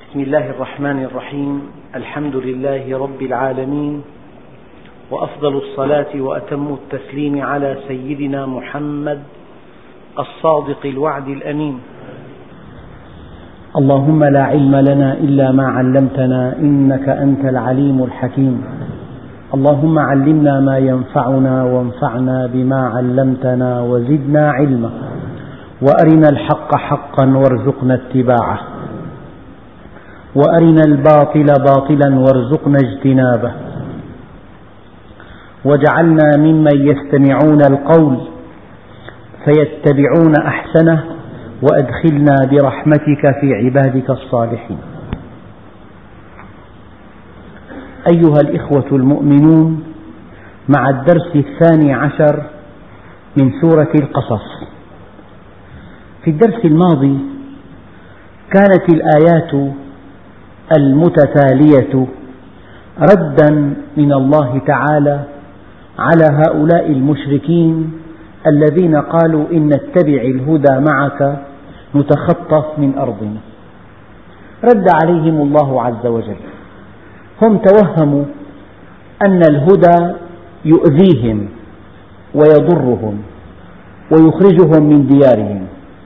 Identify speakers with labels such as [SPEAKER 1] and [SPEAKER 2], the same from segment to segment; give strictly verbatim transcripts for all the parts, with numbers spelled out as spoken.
[SPEAKER 1] بسم الله الرحمن الرحيم. الحمد لله رب العالمين، وأفضل الصلاة وأتم التسليم على سيدنا محمد الصادق الوعد الأمين.
[SPEAKER 2] اللهم لا علم لنا إلا ما علمتنا إنك أنت العليم الحكيم. اللهم علمنا ما ينفعنا وانفعنا بما علمتنا وزدنا علما، وأرنا الحق حقا وارزقنا اتباعه، وأرنا الباطل باطلا وارزقنا اجتنابه، واجعلنا ممن يستمعون القول فيتبعون أحسنه، وأدخلنا برحمتك في عبادك الصالحين. أيها الإخوة المؤمنون، مع الدرس الثاني عشر من سورة القصص. في الدرس الماضي كانت الآيات المتتالية ردا من الله تعالى على هؤلاء المشركين الذين قالوا إن نتبع الهدى معك نتخطف من أرضنا. رد عليهم الله عز وجل. هم توهموا أن الهدى يؤذيهم ويضرهم ويخرجهم من ديارهم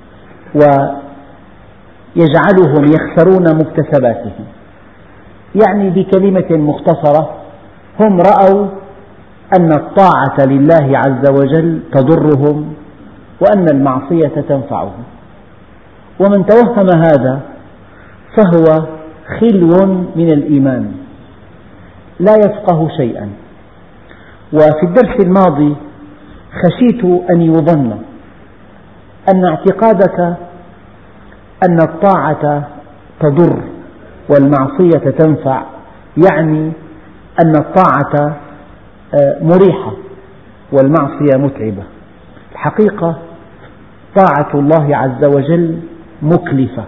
[SPEAKER 2] ويجعلهم يخسرون مكتسباتهم. يعني بكلمة مختصرة، هم رأوا أن الطاعة لله عز وجل تضرهم وأن المعصية تنفعهم، ومن توهم هذا فهو خلو من الإيمان، لا يفقه شيئا. وفي الدرس الماضي خشيت أن يظن أن اعتقادك أن الطاعة تضر والمعصية تنفع يعني أن الطاعة مريحة والمعصية متعبة. الحقيقة طاعة الله عز وجل مكلفة،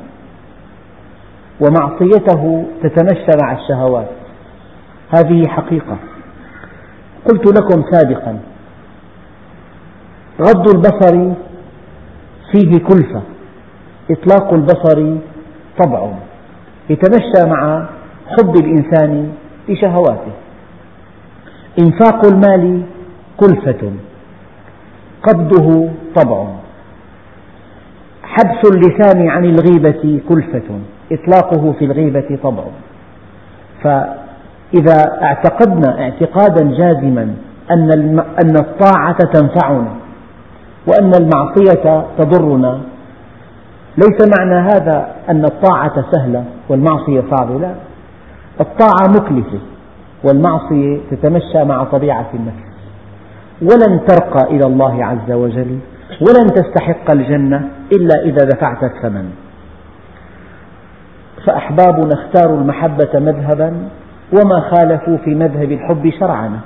[SPEAKER 2] ومعصيته تتمشى مع الشهوات، هذه حقيقة. قلت لكم سابقا: غض البصر فيه كلفة، إطلاق البصر طبع يتمشى مع حب الإنسان لشهواته. إنفاق المال كلفة، قبضه طبع. حبس اللسان عن الغيبة كلفة، إطلاقه في الغيبة طبع. فإذا اعتقدنا اعتقادا جازما أن الطاعة تنفعنا وأن المعصية تضرنا، ليس معنى هذا أن الطاعة سهلة والمعصية صعبة، لا، الطاعة مكلفة والمعصية تتمشى مع طبيعة النفس، ولن ترقى إلى الله عز وجل ولن تستحق الجنة إلا إذا دفعت الثمن. فأحبابنا اختاروا المحبة مذهبا وما خالفوا في مذهب الحب شرعنا.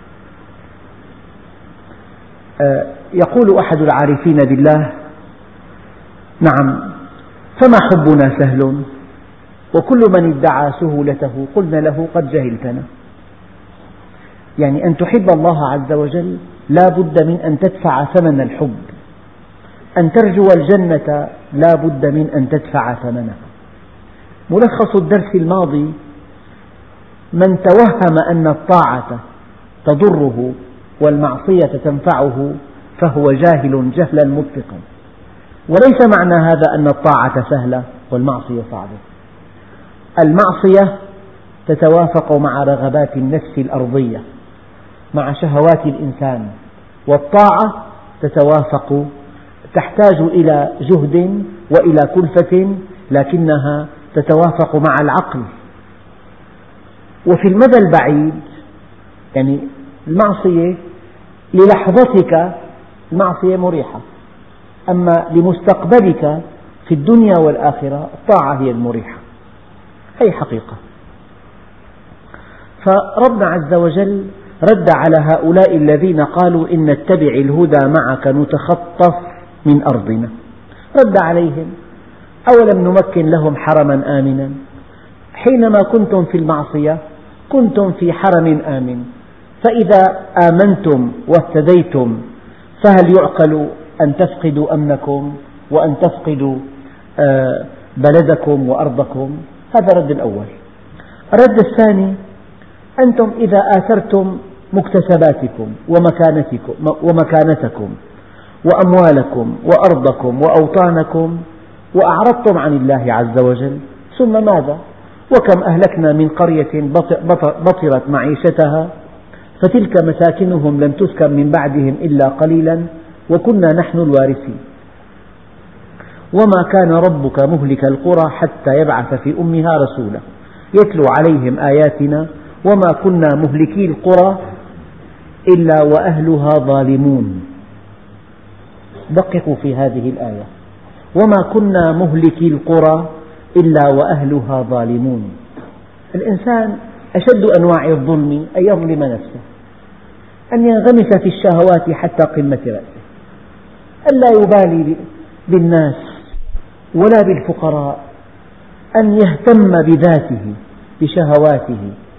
[SPEAKER 2] يقول أحد العارفين بالله: نعم، فما حبنا سهل، وكل من ادعى سهولته قلنا له قد جهلتنا. يعني أن تحب الله عز وجل لا بد من أن تدفع ثمن الحب، أن ترجو الجنة لا بد من أن تدفع ثمنها. ملخص الدرس الماضي: من توهم أن الطاعة تضره والمعصية تنفعه فهو جاهل جهلا مطلقا، وليس معنى هذا أن الطاعة سهلة والمعصية صعبة. المعصية تتوافق مع رغبات النفس الأرضية، مع شهوات الإنسان، والطاعة تتوافق، تحتاج إلى جهد وإلى كلفة، لكنها تتوافق مع العقل. وفي المدى البعيد، يعني المعصية للحظتك المعصية مريحة، أما لمستقبلك في الدنيا والآخرة الطاعة هي المريحة، هي حقيقة. فربنا عز وجل رد على هؤلاء الذين قالوا إن نتبع الهدى معك نتخطف من أرضنا. رد عليهم: أولم نمكن لهم حرما آمنا؟ حينما كنتم في المعصية كنتم في حرم آمن، فإذا آمنتم واهتديتم فهل يعقل أن تفقدوا أمنكم وأن تفقدوا بلدكم وأرضكم؟ هذا الرد الأول. الرد الثاني: أنتم إذا آثرتم مكتسباتكم ومكانتكم, ومكانتكم وأموالكم وأرضكم وأوطانكم وأعرضتم عن الله عز وجل، ثم ماذا؟ وكم أهلكنا من قرية بطرت معيشتها فتلك مساكنهم لم تسكن من بعدهم إلا قليلا وكنا نحن الوارثين، وما كان ربك مهلك القرى حتى يبعث في أمها رسولا يتلو عليهم آياتنا وما كنا مهلكي القرى إلا وأهلها ظالمون. دققوا في هذه الآية: وما كنا مهلكي القرى إلا وأهلها ظالمون. الإنسان أشد أنواع الظلم أن يظلم نفسه، أن ينغمس في الشهوات حتى قمة رأسه، أن لا يبالي بالناس ولا بالفقراء، أن يهتم بذاته بشهواته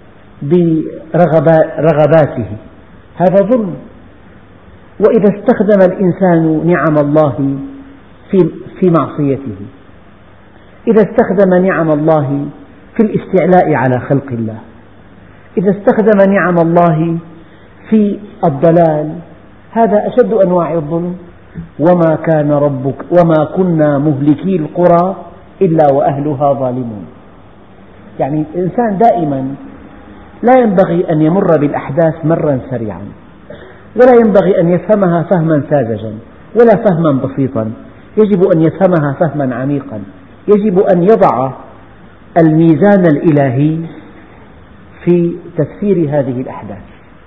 [SPEAKER 2] برغباته، هذا ظلم. وإذا استخدم الإنسان نعم الله في معصيته، إذا استخدم نعم الله في الاستعلاء على خلق الله، إذا استخدم نعم الله في الضلال، هذا أشد أنواع الظلم. وما كان ربك وما كنا مهلكي القرى إلا وأهلها ظالمون. يعني الإنسان دائما لا ينبغي أن يمر بالأحداث مرا سريعا، ولا ينبغي أن يفهمها فهما ساذجا ولا فهما بسيطا، يجب أن يفهمها فهما عميقا، يجب أن يضع الميزان الإلهي في تفسير هذه الأحداث.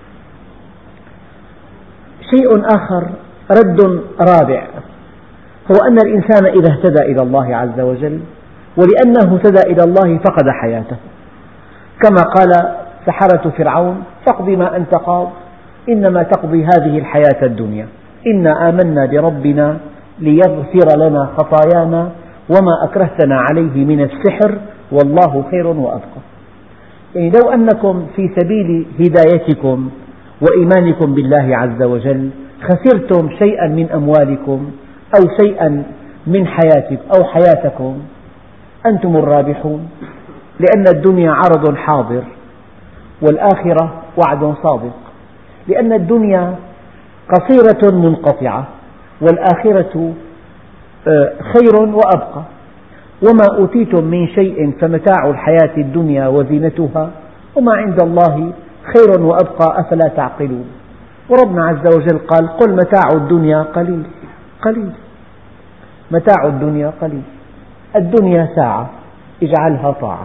[SPEAKER 2] شيء آخر، رد رابع، هو أن الإنسان إذا اهتدى إلى الله عز وجل، ولأنه اهتدى إلى الله فقد حياته، كما قال سحرة فرعون: فاقض ما أنت قاض إنما تقضي هذه الحياة الدنيا إنا آمنا بربنا ليغفر لنا خطايانا وما أكرهتنا عليه من السحر والله خير وأبقى. يعني لو أنكم في سبيل هدايتكم وإيمانكم بالله عز وجل خسرتم شيئا من أموالكم أو شيئا من حياتكم أو حياتكم، أنتم الرابحون، لأن الدنيا عرض حاضر والآخرة وعد صادق، لأن الدنيا قصيرة منقطعة والآخرة خير وأبقى. وما أوتيتم من شيء فمتاع الحياة الدنيا وزينتها وما عند الله خير وأبقى أفلا تعقلون. وربنا عز وجل قال: قل متاع الدنيا قليل قليل، متاع الدنيا قليل، الدنيا ساعة اجعلها طاعة.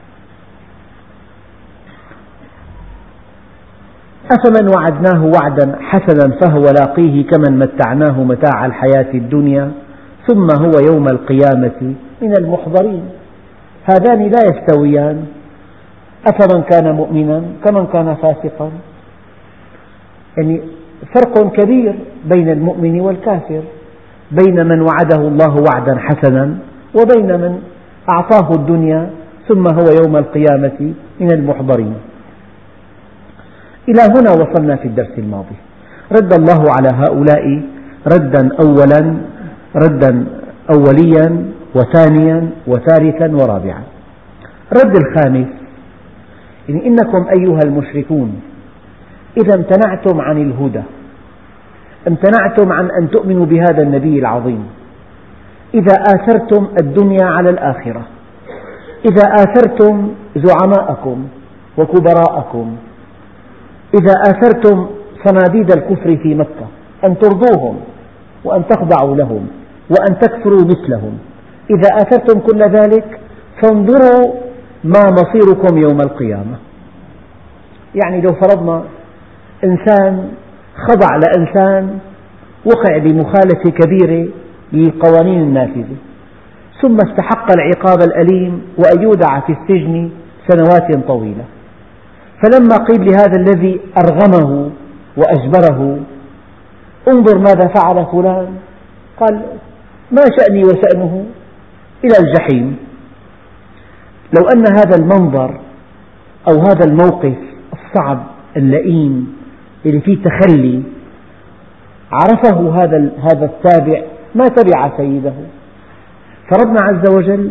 [SPEAKER 2] أفمن وعدناه وعدا حسنا فهو لاقيه كمن متعناه متاع الحياة الدنيا ثم هو يوم القيامة من المحضرين. هذان لا يستويان، أفمن كان مؤمنا كمن كان فاسقا، يعني فرق كبير بين المؤمن والكافر، بين من وعده الله وعدا حسنا وبين من أعطاه الدنيا ثم هو يوم القيامة من المحضرين. إلى هنا وصلنا في الدرس الماضي. رد الله على هؤلاء ردا أولا ردا أوليا وثانيا وثالثا ورابعا. الرد الخامس: يعني إنكم أيها المشركون إذا امتنعتم عن الهدى، امتنعتم عن أن تؤمنوا بهذا النبي العظيم، إذا آثرتم الدنيا على الآخرة، إذا آثرتم زعماءكم وكبراءكم، إذا آثرتم صناديد الكفر في مكة أن ترضوهم وأن تخضعوا لهم وأن تكفروا مثلهم، إذا آثرتم كل ذلك فانظروا ما مصيركم يوم القيامة. يعني لو فرضنا إنسان خضع لإنسان وقع بمخالفة كبيرة للقوانين النافذة ثم استحق العقاب الأليم وأن يودع في السجن سنوات طويلة، فلما قيل لهذا الذي أرغمه وأجبره: انظر ماذا فعل فلان، قال: ما شأني وشأنه، إلى الجحيم. لو أن هذا المنظر أو هذا الموقف الصعب اللئيم اللي فيه تخلي عرفه هذا هذا التابع ما تبع سيده. فربنا عز وجل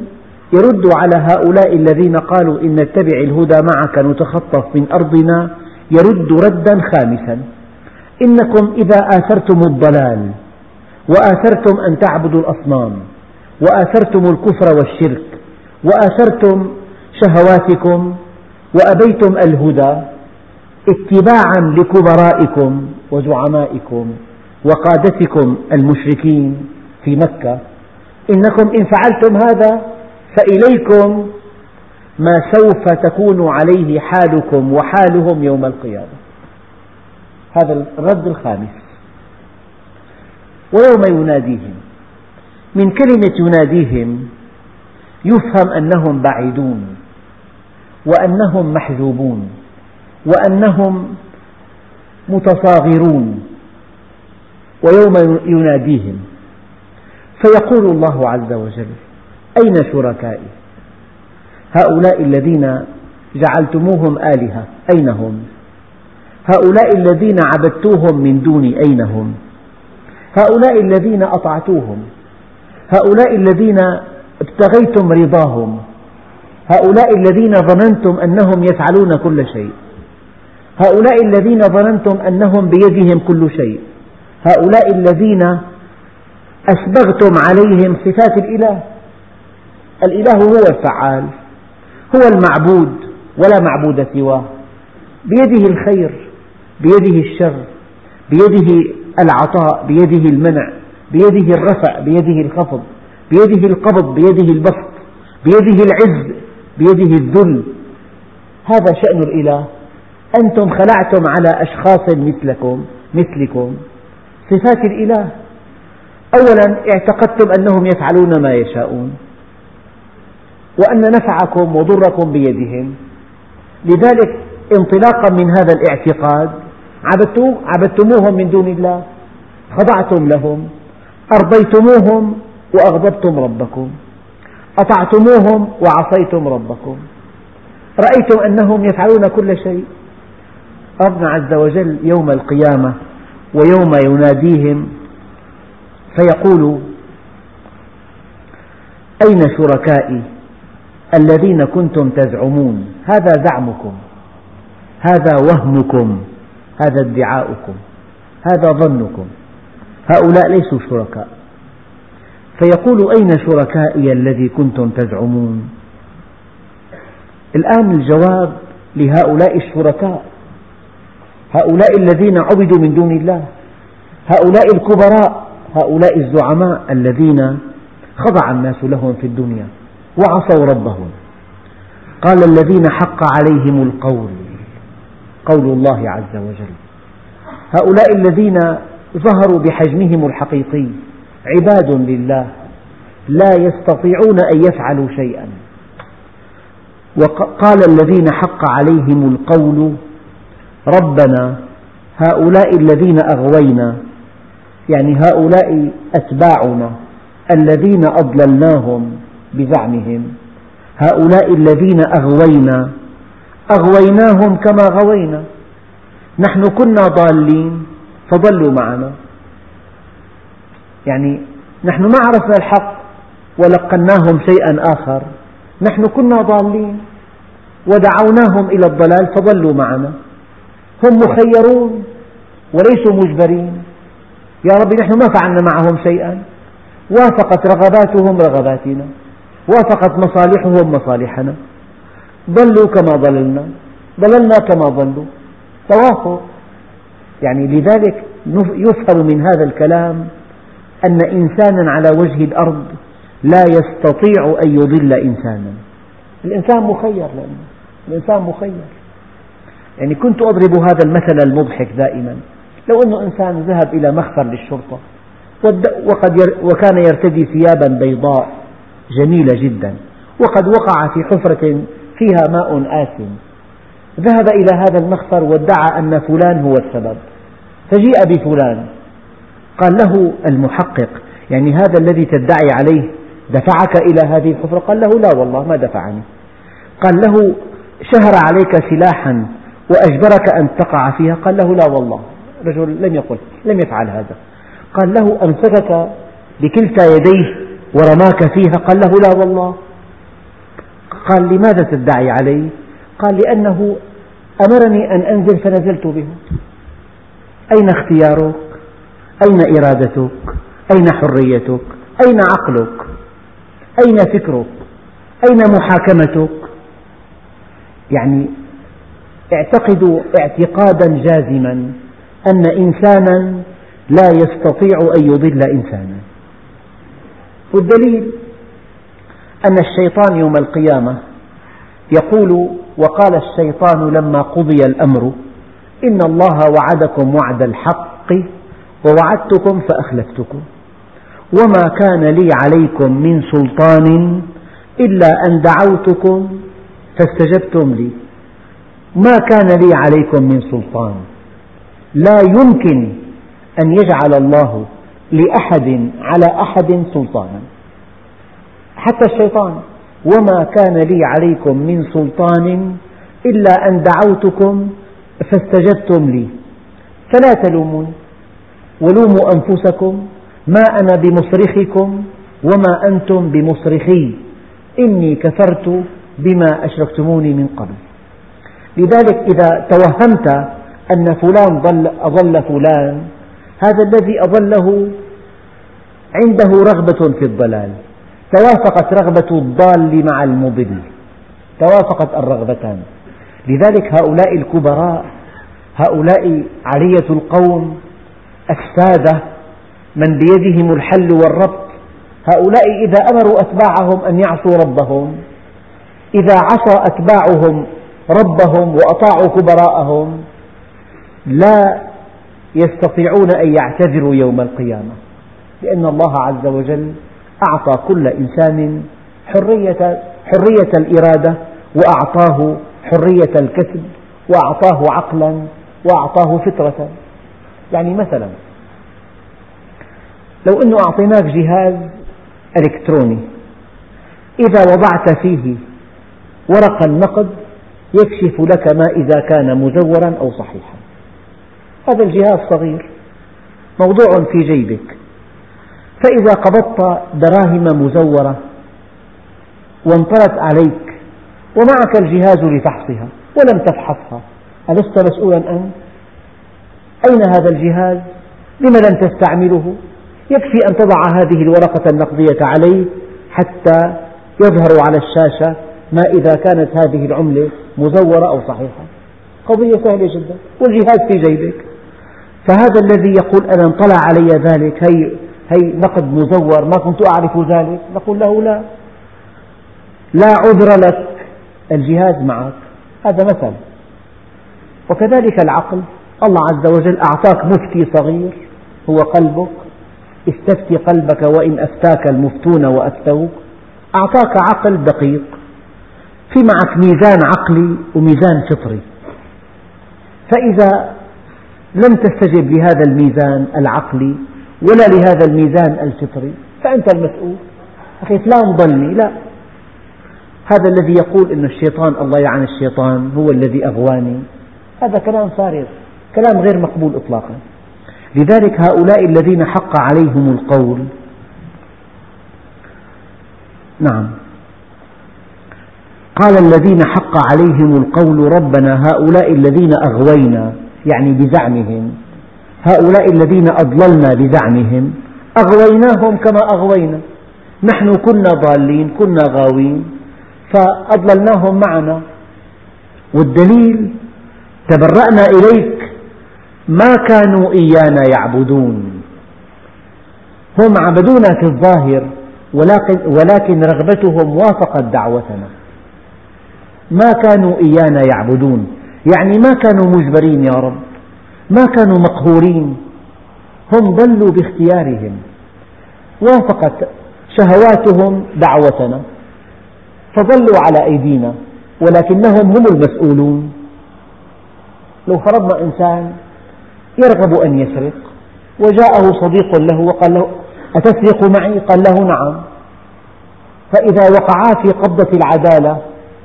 [SPEAKER 2] يرد على هؤلاء الذين قالوا إن نتبع الهدى معك نتخطف من أرضنا، يرد ردا خامسا: إنكم إذا آثرتم الضلال وآثرتم أن تعبدوا الأصنام وآثرتم الكفر والشرك وآثرتم شهواتكم وأبيتم الهدى اتباعا لكبرائكم وزعمائكم وقادتكم المشركين في مكة، إنكم إن فعلتم هذا فإليكم ما سوف تكون عليه حالكم وحالهم يوم القيامة. هذا الرد الخامس. ويوم يناديهم، من كلمة يناديهم يفهم أنهم بعيدون وأنهم محجوبون وأنهم متصاغرون. ويوم يناديهم فيقول الله عز وجل: أين شركائي؟ هؤلاء الذين جعلتموهم آلهة أين هم؟ هؤلاء الذين عبدتوهم من دوني أين هم؟ هؤلاء الذين أطعتوهم، هؤلاء الذين ابتغيتم رضاهم، هؤلاء الذين ظننتم أنهم يفعلون كل شيء، هؤلاء الذين ظننتم أنهم بيدهم كل شيء، هؤلاء الذين أسبغتم عليهم صفات الإله. الإله هو الفعال، هو المعبود ولا معبود سواه، بيده الخير بيده الشر، بيده العطاء بيده المنع، بيده الرفع بيده الخفض، بيده القبض بيده البسط، بيده العز بيده الذل. هذا شأن الإله. أنتم خلعتم على أشخاص مثلكم مثلكم صفات الإله. أولا اعتقدتم أنهم يفعلون ما يشاءون وأن نفعكم وضركم بيدهم، لذلك انطلاقا من هذا الاعتقاد عبدتموهم من دون الله، خضعتم لهم، أرضيتموهم وأغضبتم ربكم، أطعتموهم وعصيتم ربكم، رأيتم أنهم يفعلون كل شيء. ربنا عز وجل يوم القيامة ويوم يناديهم فيقول: أين شركائي الذين كنتم تزعمون؟ هذا زعمكم، هذا وهمكم، هذا ادعاؤكم، هذا ظنكم، هؤلاء ليسوا شركاء. فيقول: أين شركائي الذي كنتم تزعمون؟ الآن الجواب لهؤلاء الشركاء، هؤلاء الذين عبدوا من دون الله، هؤلاء الكبراء، هؤلاء الزعماء الذين خضع الناس لهم في الدنيا وعصوا ربهم. قال: الذين حق عليهم القول، قول الله عز وجل، هؤلاء الذين ظهروا بحجمهم الحقيقي، عباد لله لا يستطيعون أن يفعلوا شيئا. وقال: الذين حق عليهم القول ربنا هؤلاء الذين أغوينا، يعني هؤلاء أتباعنا الذين أضللناهم بزعمهم، هؤلاء الذين أغوينا أغويناهم كما غوينا، نحن كنا ضالين فضلوا معنا، يعني نحن ما عرفنا الحق ولقناهم شيئا آخر، نحن كنا ضالين ودعوناهم إلى الضلال فضلوا معنا. هم مخيرون وليسوا مجبرين. يا رب نحن ما فعلنا معهم شيئا، وافقت رغباتهم رغباتنا، وافقت مصالحهم مصالحنا، ضلوا كما ضللنا، ضللنا كما ضلوا، توافق. يعني لذلك يفهم من هذا الكلام أن إنسانا على وجه الأرض لا يستطيع أن يضل إنسانا. الإنسان مخير، لأنه الإنسان مخير. يعني كنت أضرب هذا المثل المضحك دائما: لو أن إنسان ذهب إلى مخفر للشرطة وقد وكان يرتدي ثيابا بيضاء جميلة جدا، وقد وقع في حفرة فيها ماء آسن، ذهب إلى هذا المخفر وادعى أن فلان هو السبب، فجيء بفلان، قال له المحقق: يعني هذا الذي تدعي عليه دفعك إلى هذه الحفرة؟ قال له: لا والله ما دفعني. قال له: شهر عليك سلاحا وأجبرك أن تقع فيها؟ قال له: لا والله، رجل لم يقل لم يفعل هذا. قال له: أمسكك بكلتا يديه ورماك فيها؟ قال له: لا والله. قال: لماذا تدعي علي؟ قال: لأنه أمرني أن أنزل فنزلت به. أين اختيارك؟ أين إرادتك؟ أين حريتك؟ أين عقلك؟ أين فكرك؟ أين محاكمتك؟ يعني اعتقدوا اعتقادا جازما أن إنسانا لا يستطيع أن يضل إنسانا. والدليل أن الشيطان يوم القيامة يقول: وقال الشيطان لما قضي الأمر إن الله وعدكم وعد الحق ووعدتكم فأخلفتكم وما كان لي عليكم من سلطان إلا أن دعوتكم فاستجبتم لي. ما كان لي عليكم من سلطان. لا يمكن أن يجعل الله لأحد على أحد سلطانا، حتى الشيطان: وما كان لي عليكم من سلطان إلا أن دعوتكم فاستجبتم لي فلا تلوموني ولوموا أنفسكم ما أنا بمصرخكم وما أنتم بمصرخي إني كفرت بما أشركتموني من قبل. لذلك إذا توهمت أن فلان ضل أضل فلان، هذا الذي أضله عنده رغبة في الضلال، توافقت رغبة الضال مع المضل، توافقت الرغبتان. لذلك هؤلاء الكبراء، هؤلاء علية القوم، السادة من بيدهم الحل والربط، هؤلاء إذا أمروا أتباعهم أن يعصوا ربهم، إذا عصى أتباعهم ربهم وأطاعوا كبراءهم لا يستطيعون أن يعتذروا يوم القيامة، لأن الله عز وجل أعطى كل إنسان حرية, حرية الإرادة، وأعطاه حرية الكسب، وأعطاه عقلا، وأعطاه فطرة. يعني مثلا لو أنه أعطيناك جهاز إلكتروني إذا وضعت فيه ورق النقد يكشف لك ما إذا كان مزورا أو صحيحا. هذا الجهاز صغير موضوع في جيبك، فإذا قبضت دراهم مزورة وانطلت عليك ومعك الجهاز لفحصها ولم تفحصها، ألست مسؤولا أنت؟ أين هذا الجهاز؟ لم لم تستعمله؟ يكفي أن تضع هذه الورقة النقدية عليه حتى يظهر على الشاشة ما إذا كانت هذه العملة مزورة أو صحيحة. قضية سهلة جدا، والجهاز في جيبك. فهذا الذي يقول أنا انطلع علي ذلك، هي, هي نقد مزور ما كنت أعرف ذلك، نقول له لا لا عذر لك، الجهاز معك. هذا مثل. وكذلك العقل، الله عز وجل أعطاك مفتي صغير هو قلبك، استفتي قلبك وإن أفتاك المفتون وأفتوك. أعطاك عقل دقيق، في معك ميزان عقلي وميزان فطري، فإذا لم تستجب لهذا الميزان العقلي ولا لهذا الميزان الفطري فأنت المسؤول. أخي فلان ضلني، لا، هذا الذي يقول إن الشيطان الله يعن الشيطان هو الذي أغواني، هذا كلام فارغ، كلام غير مقبول إطلاقا. لذلك هؤلاء الذين حق عليهم القول، نعم، قال الذين حق عليهم القول ربنا هؤلاء الذين أغوينا، يعني بزعمهم، هؤلاء الذين أضللنا بزعمهم، أغويناهم كما أغوينا، نحن كنا ضالين كنا غاوين فأضللناهم معنا. والدليل تبرأنا إليك ما كانوا إيانا يعبدون، هم عبدونا في الظاهر ولكن, ولكن رغبتهم وافقت دعوتنا. ما كانوا إيانا يعبدون يعني ما كانوا مجبرين يا رب، ما كانوا مقهورين، هم ضلوا باختيارهم، وافقت شهواتهم دعوتنا فضلوا على أيدينا، ولكنهم هم المسؤولون. لو فرضنا إنسان يرغب أن يسرق وجاءه صديق له وقال له أتسرق معي؟ قال له نعم، فإذا وقعا في قبضة العدالة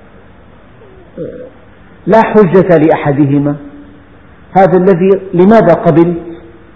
[SPEAKER 2] لا حجة لأحدهما، هذا الذي لماذا قبلت؟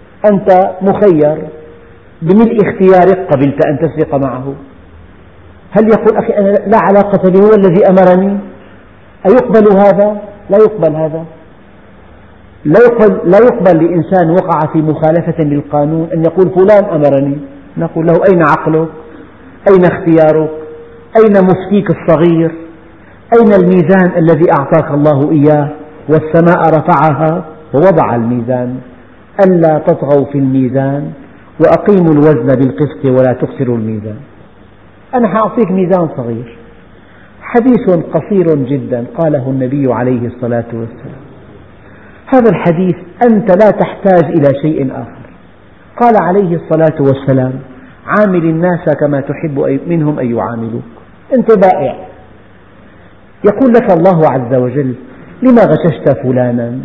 [SPEAKER 2] أنت مخير، بملء اختيارك قبلت أن تسرق معه. هل يقول أخي أنا لا علاقة لي، هو الذي أمرني؟ أيقبل هذا؟ لا يقبل هذا. لا يقبل, لا يقبل لإنسان وقع في مخالفة للقانون أن يقول فلان أمرني. نقول له أين عقلك؟ أين اختيارك؟ أين مفتيك الصغير؟ أين الميزان الذي أعطاك الله إياه؟ والسماء رفعها ووضع الميزان ألا تطغوا في الميزان وأقيموا الوزن بالقسط ولا تخسروا الميزان. أنا سأعطيك ميزان صغير. حديث قصير جدا قاله النبي عليه الصلاة والسلام. هذا الحديث أنت لا تحتاج إلى شيء آخر. قال عليه الصلاة والسلام: عامل الناس كما تحب منهم أن يعاملوك. أنت بائع، يقول لك الله عز وجل: لما غششت فلانا؟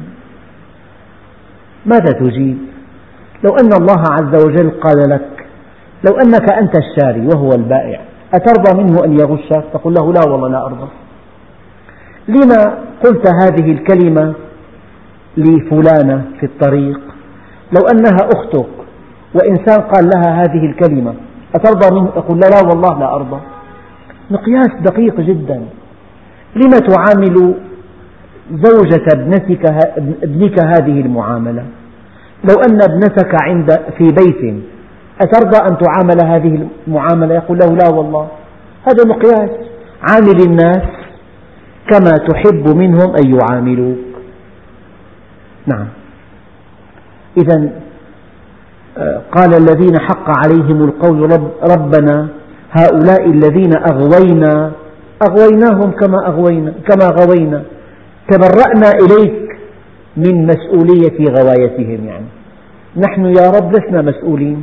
[SPEAKER 2] ماذا تجيب؟ لو أن الله عز وجل قال لك: لو أنك أنت الشاري وهو البائع أترضى منه أن يغشك؟ تقول له: لا والله لا أرضى. لما قلت هذه الكلمة لفلانة في الطريق؟ لو أنها أختك وإنسان قال لها هذه الكلمة أترضى منه؟ تقول: لا لا والله لا أرضى. مقياس دقيق جدا. لما تعامل زوجة ابنتك ابنك هذه المعاملة؟ لو أن ابنتك عند في بيت أترضى أن تعامل هذه المعاملة؟ يقول له: لا والله. هذا مقياس. عامل الناس كما تحب منهم أن يعاملوك. نعم. إذا قال الذين حق عليهم القول رب ربنا هؤلاء الذين أغوينا أغويناهم كما أغوينا كما غوينا تبرأنا إليك من مسؤولية غوايتهم. يعني نحن يا رب لسنا مسؤولين،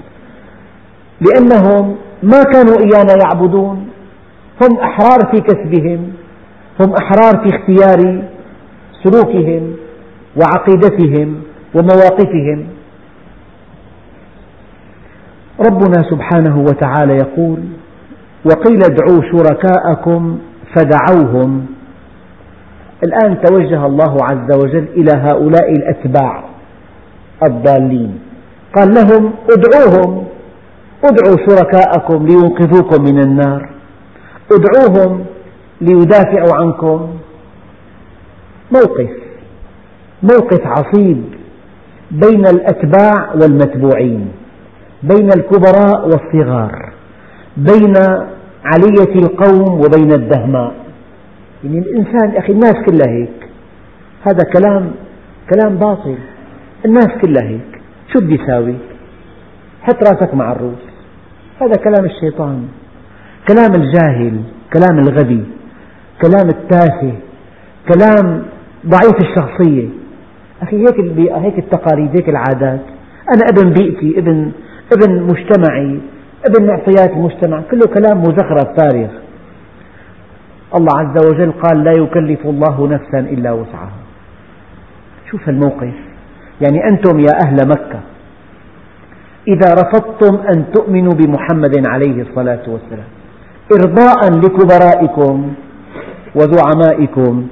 [SPEAKER 2] لأنهم ما كانوا إيانا يعبدون. هم أحرار في كسبهم، هم أحرار في اختيار سلوكهم وعقيدتهم ومواقفهم. ربنا سبحانه وتعالى يقول: وقيل ادعوا شركاءكم فدعوهم. الآن توجه الله عز وجل إلى هؤلاء الأتباع الضالين، قال لهم: ادعوهم، ادعوا شركاءكم لينقذوكم من النار، ادعوهم ليدافعوا عنكم. موقف موقف عصيب بين الأتباع والمتبوعين، بين الكبراء والصغار، بين علية القوم وبين الدهماء. يعني الإنسان أخي الناس كلها هيك. هذا كلام كلام باطل. الناس كلها هيك. شو بدي ساوي؟ حط راسك مع الروس. هذا كلام الشيطان، كلام الجاهل، كلام الغبي، كلام التافه، كلام ضعيف الشخصية. أخي هيك البيئة، هيك التقاليد، هيك العادات. أنا ابن بيئتي، ابن ابن مجتمعي، ابن معطيات المجتمع، كله كلام مزخرف فارغ. الله عز وجل قال: لا يكلف الله نفسا إلا وسعها. شوف الموقف. يعني أنتم يا أهل مكة إذا رفضتم أن تؤمنوا بمحمد عليه الصلاة والسلام إرضاء لكبرائكم وزعمائكم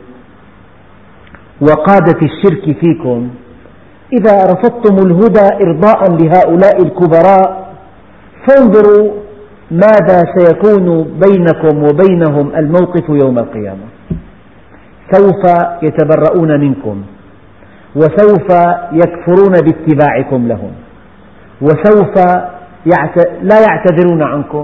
[SPEAKER 2] وقادة الشرك فيكم، إذا رفضتم الهدى إرضاء لهؤلاء الكبراء، فانظروا ماذا سيكون بينكم وبينهم الموقف يوم القيامة. سوف يتبرؤون منكم، وسوف يكفرون باتباعكم لهم، وسوف لا يعتذرون عنكم.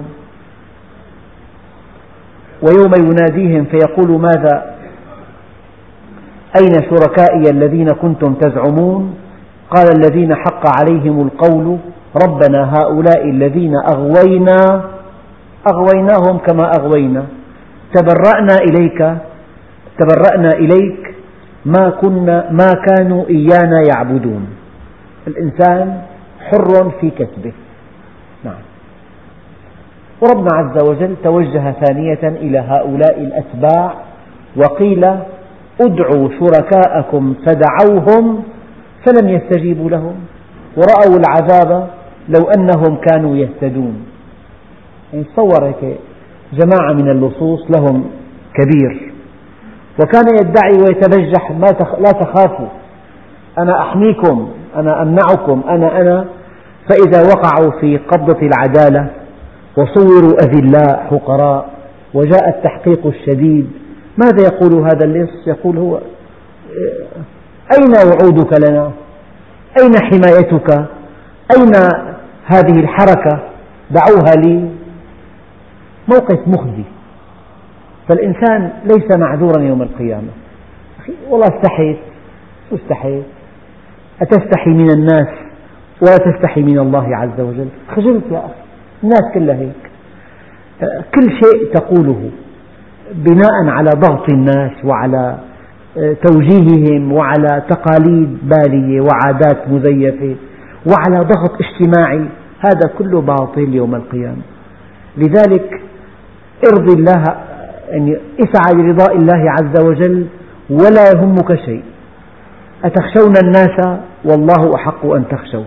[SPEAKER 2] ويوم يناديهم فيقول: ماذا أين شركائي الذين كنتم تزعمون؟ قال الذين حق عليهم القول ربنا هؤلاء الذين أغوينا أغويناهم كما أغوينا تبرأنا إليك تبرأنا إليك ما كنا ما كانوا إيانا يعبدون. الإنسان حر في كسبه. نعم. وربنا عز وجل توجه ثانية إلى هؤلاء الأتباع وقيل: ادعوا شركاءكم فدعوهم فلم يستجيبوا لهم ورأوا العذاب لو أنهم كانوا يهتدون. يعني تصور هيك جماعة من اللصوص لهم كبير، وكان يدعي ويتبجح: لا تخافوا، أنا أحميكم، أنا أمنعكم، أنا أنا فإذا وقعوا في قبضة العدالة وصوروا أذلاء حقراء وجاء التحقيق الشديد. ماذا يقول هذا اللص؟ يقول هو أين وعودك لنا؟ أين حمايتك؟ أين هذه الحركة؟ دعوها لي. موقف مخزي. فالإنسان ليس معذورا يوم القيامة. والله استحيت. شو استحيت؟ أتستحي من الناس ولا تستحي من الله عز وجل؟ خجلت يا أخي، الناس كلها هيك. كل شيء تقوله بناء على ضغط الناس وعلى توجيههم وعلى تقاليد بالية وعادات مزيفة وعلى ضغط اجتماعي، هذا كله باطل يوم القيامة. لذلك ارض الله، يعني اسعى لرضاء الله عز وجل ولا يهمك شيء. أتخشون الناس والله أحق أن تخشوه.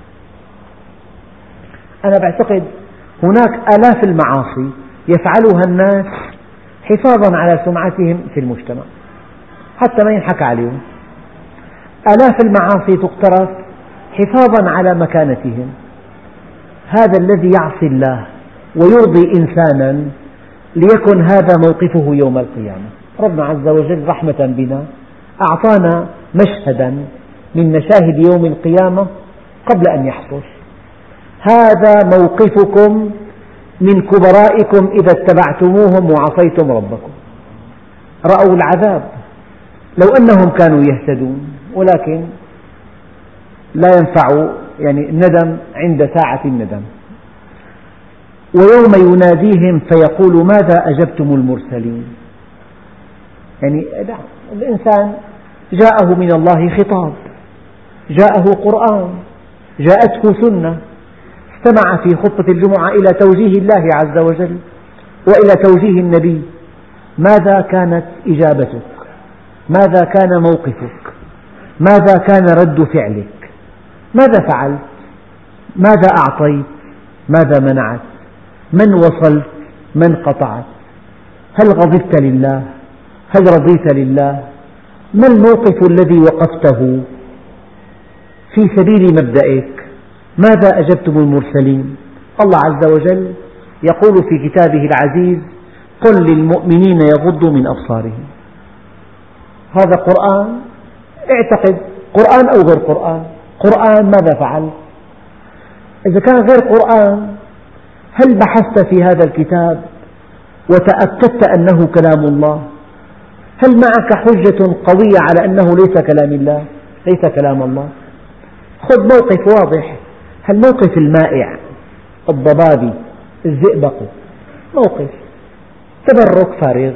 [SPEAKER 2] أنا بعتقد هناك آلاف المعاصي يفعلها الناس حفاظا على سمعتهم في المجتمع حتى ما ينحكى عليهم. آلاف المعاصي تقترف حفاظا على مكانتهم. هذا الذي يعصي الله ويرضي إنسانا ليكن هذا موقفه يوم القيامة. ربنا عز وجل رحمة بنا أعطانا مشهدا من مشاهد يوم القيامة قبل أن يحصل. هذا موقفكم من كبرائكم إذا اتبعتموهم وعصيتم ربكم. رأوا العذاب لو أنهم كانوا يهتدون، ولكن لا ينفع يعني الندم عند ساعة الندم. ويوم يناديهم فيقول ماذا أجبتم المرسلين. يعني الإنسان جاءه من الله خطاب، جاءه قرآن، جاءته سنة، استمع في خطبة الجمعة إلى توجيه الله عز وجل وإلى توجيه النبي. ماذا كانت إجابتك؟ ماذا كان موقفك؟ ماذا كان رد فعلك؟ ماذا فعلت؟ ماذا أعطيت؟ ماذا منعت؟ من وصلت؟ من قطعت؟ هل غضبت لله؟ هل رضيت لله؟ ما الموقف الذي وقفته في سبيل مبدئك؟ ماذا أجبتم المرسلين؟ الله عز وجل يقول في كتابه العزيز قل للمؤمنين يغضوا من أبصارهم. هذا قرآن، اعتقد قرآن أو غير قرآن. قرآن ماذا فعل؟ إذا كان غير قرآن هل بحثت في هذا الكتاب وتأكدت أنه كلام الله؟ هل معك حجة قوية على أنه ليس كلام الله؟ ليس كلام الله. خذ موقف واضح. هل موقف المائع الضبابي الزئبق موقف تبرك فارغ،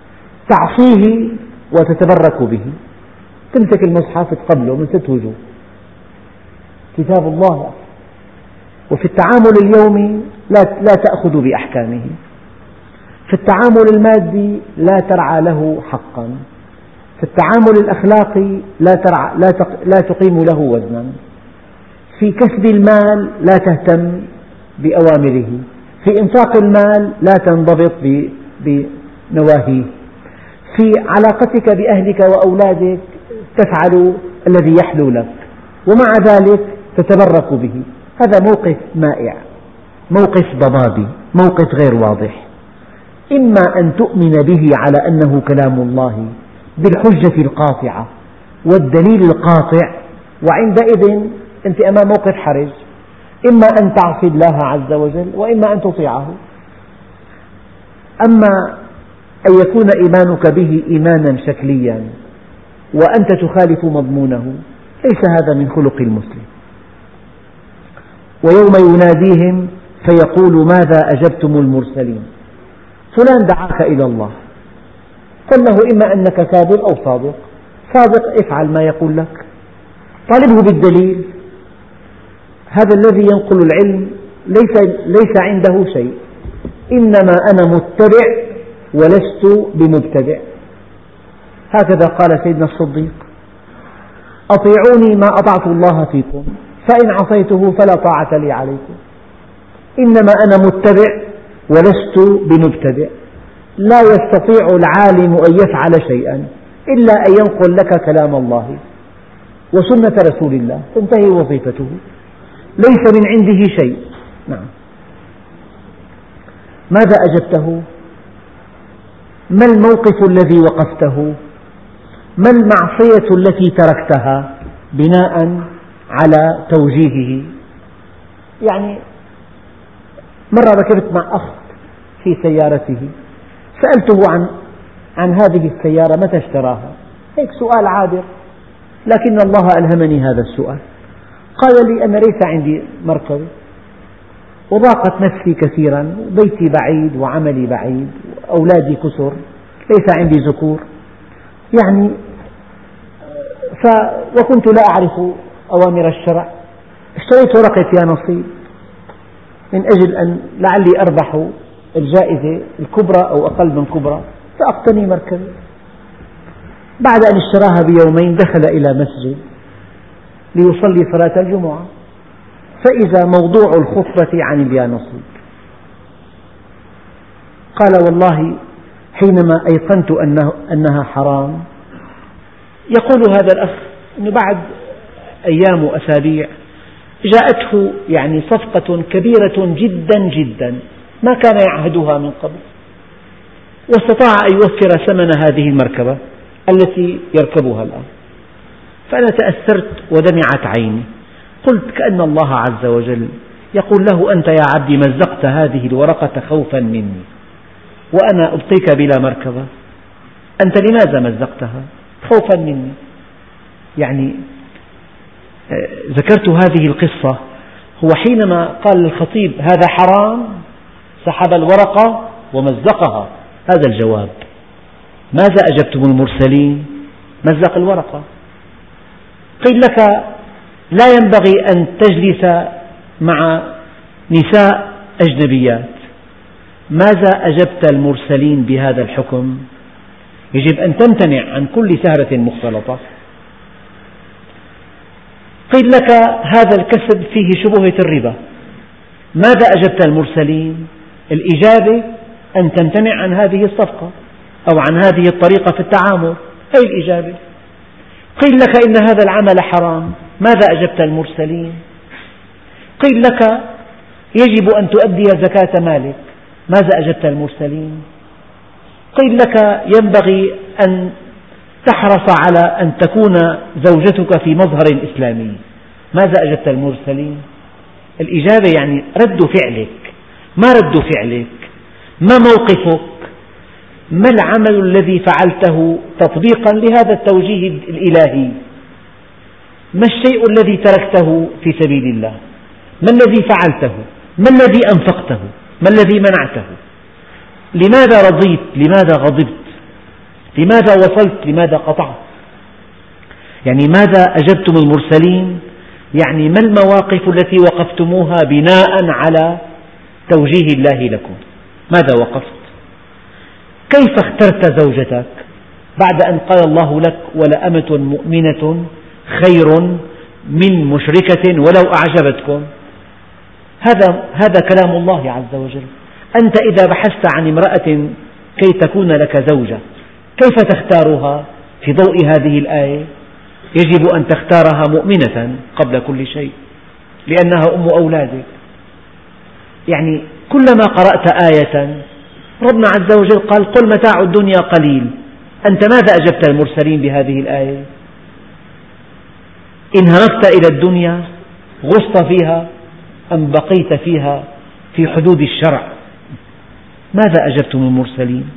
[SPEAKER 2] تعصيه وتتبرك به، تمسك المصحف تقبله من ست وجوه، كتاب الله. وفي التعامل اليومي لا لا تأخذ بأحكامه، في التعامل المادي لا ترعى له حقا، في التعامل الأخلاقي لا ترعى لا لا تقيم له وزنا، في كسب المال لا تهتم بأوامره، في إنفاق المال لا تنضبط بنواهيه، في علاقتك بأهلك وأولادك تفعل الذي يحلو لك، ومع ذلك تتبرك به. هذا موقف مائع، موقف ضبابي، موقف غير واضح. إما أن تؤمن به على أنه كلام الله بالحجة القاطعة والدليل القاطع، وعندئذ أنت أمام موقف حرج، إما أن تعصي الله عز وجل وإما أن تطيعه. أما أن يكون إيمانك به إيمانا شكليا وأنت تخالف مضمونه، ليس هذا من خلق المسلم. ويوم يناديهم فيقول ماذا أجبتم المرسلين. فلان دعاك إلى الله، قل له إما أنك كاذب أو صادق. صادق افعل ما يقول لك، طالبه بالدليل. هذا الذي ينقل العلم ليس, ليس عنده شيء، إنما أنا متبع ولست بمبتدع. هكذا قال سيدنا الصديق: أطيعوني ما أطعت الله فيكم، فإن عصيته فلا طاعة لي عليكم. إنما أنا متبع ولست بمبتدع. لا يستطيع العالم أن يفعل شيئا إلا أن ينقل لك كلام الله وسنة رسول الله، تنتهي وظيفته، ليس من عنده شيء. نعم. ماذا أجبته؟ ما الموقف الذي وقفته؟ ما المعصية التي تركتها بناء على توجيهه؟ يعني مرة ركبت مع أخ في سيارته، سألته عن عن هذه السيارة متى اشتراها، هيك سؤال عابر، لكن الله ألهمني هذا السؤال. قال لي: أنا ليس عندي مركبة، وضاقت نفسي كثيرا، بيتي بعيد وعملي بعيد وأولادي كثر، ليس عندي ذكور، يعني ف وكنت لا أعرف أوامر الشرع، اشتريت ورقة يا نصيب من أجل أن لعلي أربح الجائزة الكبرى أو أقل من كبرى فأقتني مركبة. بعد أن اشتراها بيومين دخل إلى مسجد ليصلي صلاة الجمعة، فإذا موضوع الخطبة عن اليانصيب. قال: والله حينما أيقنت أنه أنها حرام، يقول هذا الأخ أنه بعد أيام وأسابيع جاءته يعني صفقة كبيرة جدا جدا ما كان يعهدها من قبل، واستطاع أن يوفر ثمن هذه المركبة التي يركبها الآن. فأنا تأثرت ودمعت عيني، قلت كأن الله عز وجل يقول له: أنت يا عبدي مزقت هذه الورقة خوفا مني، وأنا أبقيك بلا مركبة، أنت لماذا مزقتها؟ خوفا مني. يعني ذكرت هذه القصة هو حينما قال الخطيب: هذا حرام، سحب الورقة ومزقها. هذا الجواب. ماذا أجبتم المرسلين؟ مزق الورقة. قيل لك: لا ينبغي أن تجلس مع نساء أجنبيات. ماذا أجبت المرسلين بهذا الحكم؟ يجب أن تمتنع عن كل سهرة مختلطة. قيل لك: هذا الكسب فيه شبهة الربا. ماذا أجبت المرسلين؟ الإجابة أن تمتنع عن هذه الصفقة أو عن هذه الطريقة في التعامل، هذه الإجابة. قيل لك: إن هذا العمل حرام. ماذا أجبت المرسلين؟ قيل لك: يجب أن تؤدي زكاة مالك. ماذا أجبت المرسلين؟ قيل لك: ينبغي أن تحرص على أن تكون زوجتك في مظهر إسلامي. ماذا أجبت المرسلين؟ الإجابة يعني رد فعلك. ما رد فعلك؟ ما موقفك؟ ما العمل الذي فعلته تطبيقا لهذا التوجيه الإلهي؟ ما الشيء الذي تركته في سبيل الله؟ ما الذي فعلته؟ ما الذي أنفقته؟ ما الذي منعته؟ لماذا رضيت؟ لماذا غضبت؟ لماذا وصلت؟ لماذا قطعت؟ يعني ماذا أجبتم المرسلين؟ يعني ما المواقف التي وقفتموها بناء على توجيه الله لكم؟ ماذا وقفت؟ كيف اخترت زوجتك بعد أن قال الله لك: ولأمة مؤمنة خير من مشركة ولو أعجبتكم؟ هذا هذا كلام الله عز وجل. أنت إذا بحثت عن امرأة كي تكون لك زوجة، كيف تختارها في ضوء هذه الآية؟ يجب أن تختارها مؤمنة قبل كل شيء، لأنها أم أولادك. يعني كلما قرأت آية ربنا عز وجل قال: قل متاع الدنيا قليل. أنت ماذا أجبت المرسلين بهذه الآية؟ إن هممت إلى الدنيا غصت فيها أم بقيت فيها في حدود الشرع؟ ماذا أجبتم المرسلين؟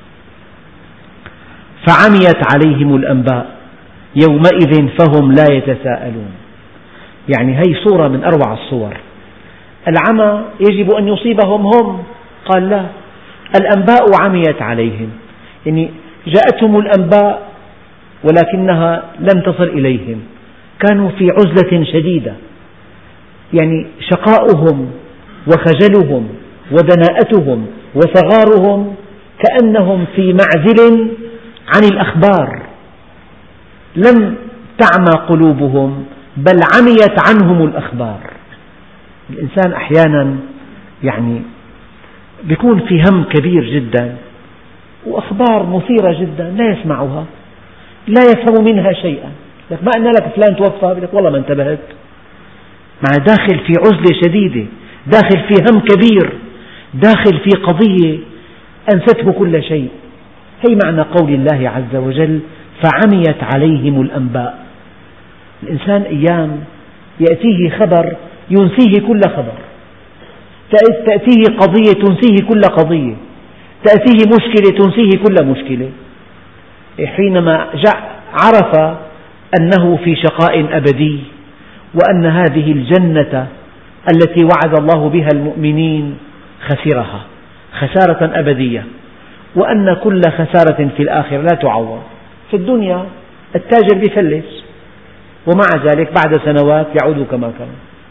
[SPEAKER 2] فعميت عليهم الأنباء يومئذ فهم لا يتساءلون. يعني هي صورة من أروع الصور. العمى يجب أن يصيبهم هم، قال لا، الأنباء عميت عليهم، يعني جاءتهم الأنباء ولكنها لم تصل إليهم، كانوا في عزلة شديدة، يعني شقاؤهم وخجلهم ودناءتهم وصغارهم كأنهم في معزل عن الأخبار. لم تعمى قلوبهم بل عميت عنهم الأخبار. الإنسان أحيانا يعني يكون في هم كبير جدا وأخبار مثيرة جدا لا يسمعها، لا يفهم منها شيئا. ما قلنا لك فلان توفى؟ يقول لك والله ما انتبهت. مع داخل في عزلة شديدة، داخل في هم كبير، داخل في قضية أنسته كل شيء. هي معنى قول الله عز وجل فعميت عليهم الأنباء. الإنسان أيام يأتيه خبر ينسيه كل خبر، تأتيه قضية تنسيه كل قضية، تأتيه مشكلة تنسيه كل مشكلة. حينما عرف أنه في شقاء أبدي، وأن هذه الجنة التي وعد الله بها المؤمنين خسرها خسارة أبدية، وأن كل خسارة في الآخرة لا تعوض. في الدنيا التاجر يفلس، ومع ذلك بعد سنوات يعود كما كان،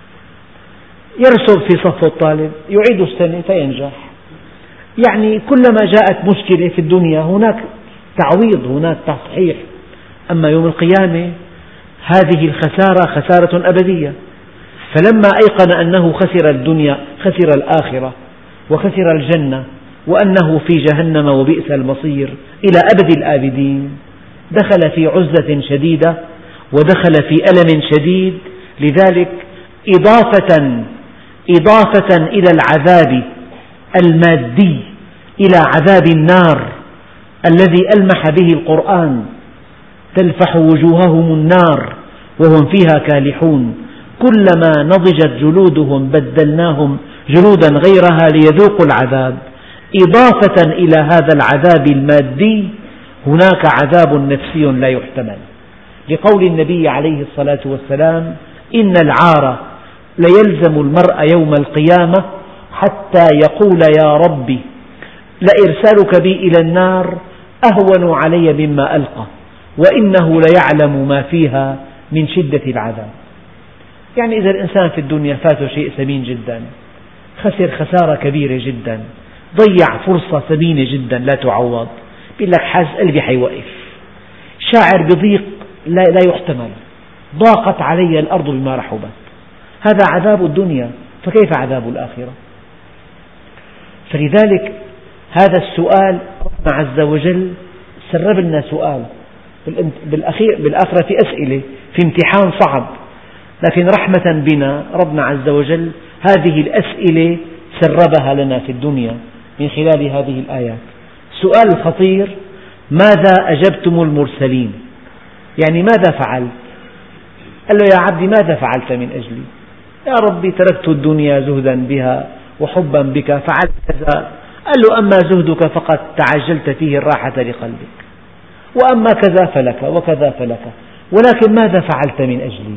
[SPEAKER 2] يرسب في صف الطالب يعيد السنة فينجح. يعني كلما جاءت مشكلة في الدنيا هناك تعويض، هناك تصحيح. أما يوم القيامة هذه الخسارة خسارة أبدية. فلما أيقن أنه خسر الدنيا خسر الآخرة وخسر الجنة، وأنه في جهنم وبئس المصير إلى أبد الآبدين، دخل في عزلة شديدة ودخل في ألم شديد. لذلك إضافة إضافة إلى العذاب المادي إلى عذاب النار الذي ألمح به القرآن، تلفح وجوههم النار وهم فيها كالحون، كلما نضجت جلودهم بدلناهم جلودا غيرها ليذوقوا العذاب. إضافة إلى هذا العذاب المادي هناك عذاب نفسي لا يحتمل، لقول النبي عليه الصلاة والسلام إن العار ليلزم المرء يوم القيامة حتى يقول يا ربي لإرسالك بي إلى النار أهون علي مما ألقى، وإنه ليعلم ما فيها من شدة العذاب. يعني إذا الإنسان في الدنيا فاته شيء ثمين جدا، خسر خسارة كبيرة جدا، ضيع فرصة ثمينة جدا لا تعوض، بيقول لك حاس قلبي حيوقف، شاعر بضيق لا, لا يحتمل، ضاقت علي الأرض بما رحبت. هذا عذاب الدنيا، فكيف عذاب الآخرة؟ فلذلك هذا السؤال ربنا عز وجل سرب لنا سؤال. بالأخير بالآخرة في أسئلة، في امتحان صعب، لكن رحمة بنا ربنا عز وجل هذه الأسئلة سربها لنا في الدنيا من خلال هذه الآيات. السؤال الخطير: ماذا أجبتم المرسلين؟ يعني ماذا فعلت؟ قال له يا عبدي ماذا فعلت من أجلي؟ يا ربي تركت الدنيا زهدا بها وحبا بك فعلت كذا. قال له أما زهدك فقد تعجلت فيه الراحة لقلبك، وأما كذا فلك وكذا فلك، ولكن ماذا فعلت من أجلي؟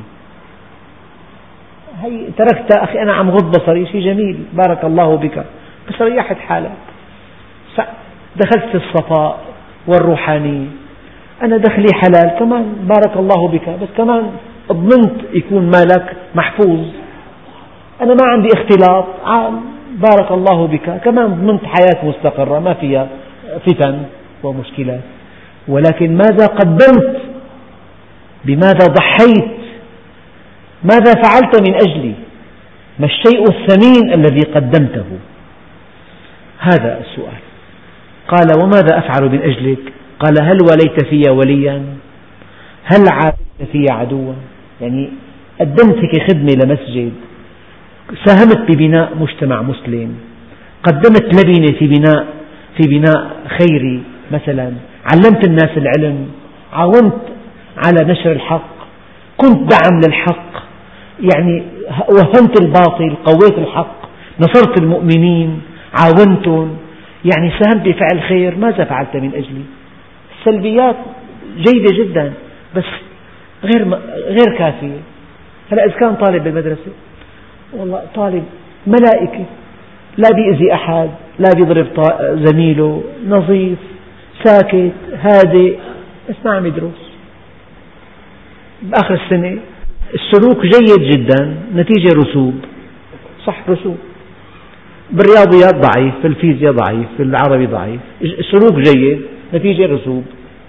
[SPEAKER 2] هي تركت أخي أنا عم غض بصري، شيء جميل بارك الله بك، بس ريحت حالك، دخلت في الصفاء والروحانية، أنا دخلي حلال كمان بارك الله بك، بس كمان ضمنت يكون مالك محفوظ، أنا ما عندي اختلاط عام بارك الله بك، كمان ضمنت حياة مستقرة ما فيها فتن ومشكلات. ولكن ماذا قدمت؟ بماذا ضحيت؟ ماذا فعلت من أجلي؟ ما الشيء الثمين الذي قدمته؟ هذا السؤال. قال وماذا أفعل من أجلك؟ قال هل وليت في وليا؟ هل عاديت في عدوا؟ يعني قدمت هيك خدمة لمسجد، ساهمت ببناء مجتمع مسلم، قدمت لبنة في بناء في بناء خيري مثلا، علمت الناس العلم، عاونت على نشر الحق، كنت دعم للحق، يعني وهنت الباطل، قويت الحق، نصرت المؤمنين، عاونتهم، يعني ساهمت بفعل خير. ماذا فعلت من أجلي؟ السلبيات جيدة جدا بس غير غير كافية. هلا إذا كان طالب بالمدرسة والله طالب ملائكة، لا بيأذي أحد، لا بيضرب زميله، نظيف ساكت هادئ، بس ما عم يدرس، بآخر السنة السلوك جيد جدا نتيجة رسوب، صح رسوب، بالرياضيات ضعيف، في الفيزياء ضعيف، في العربي ضعيف، السلوك جيد نتيجة رسوب.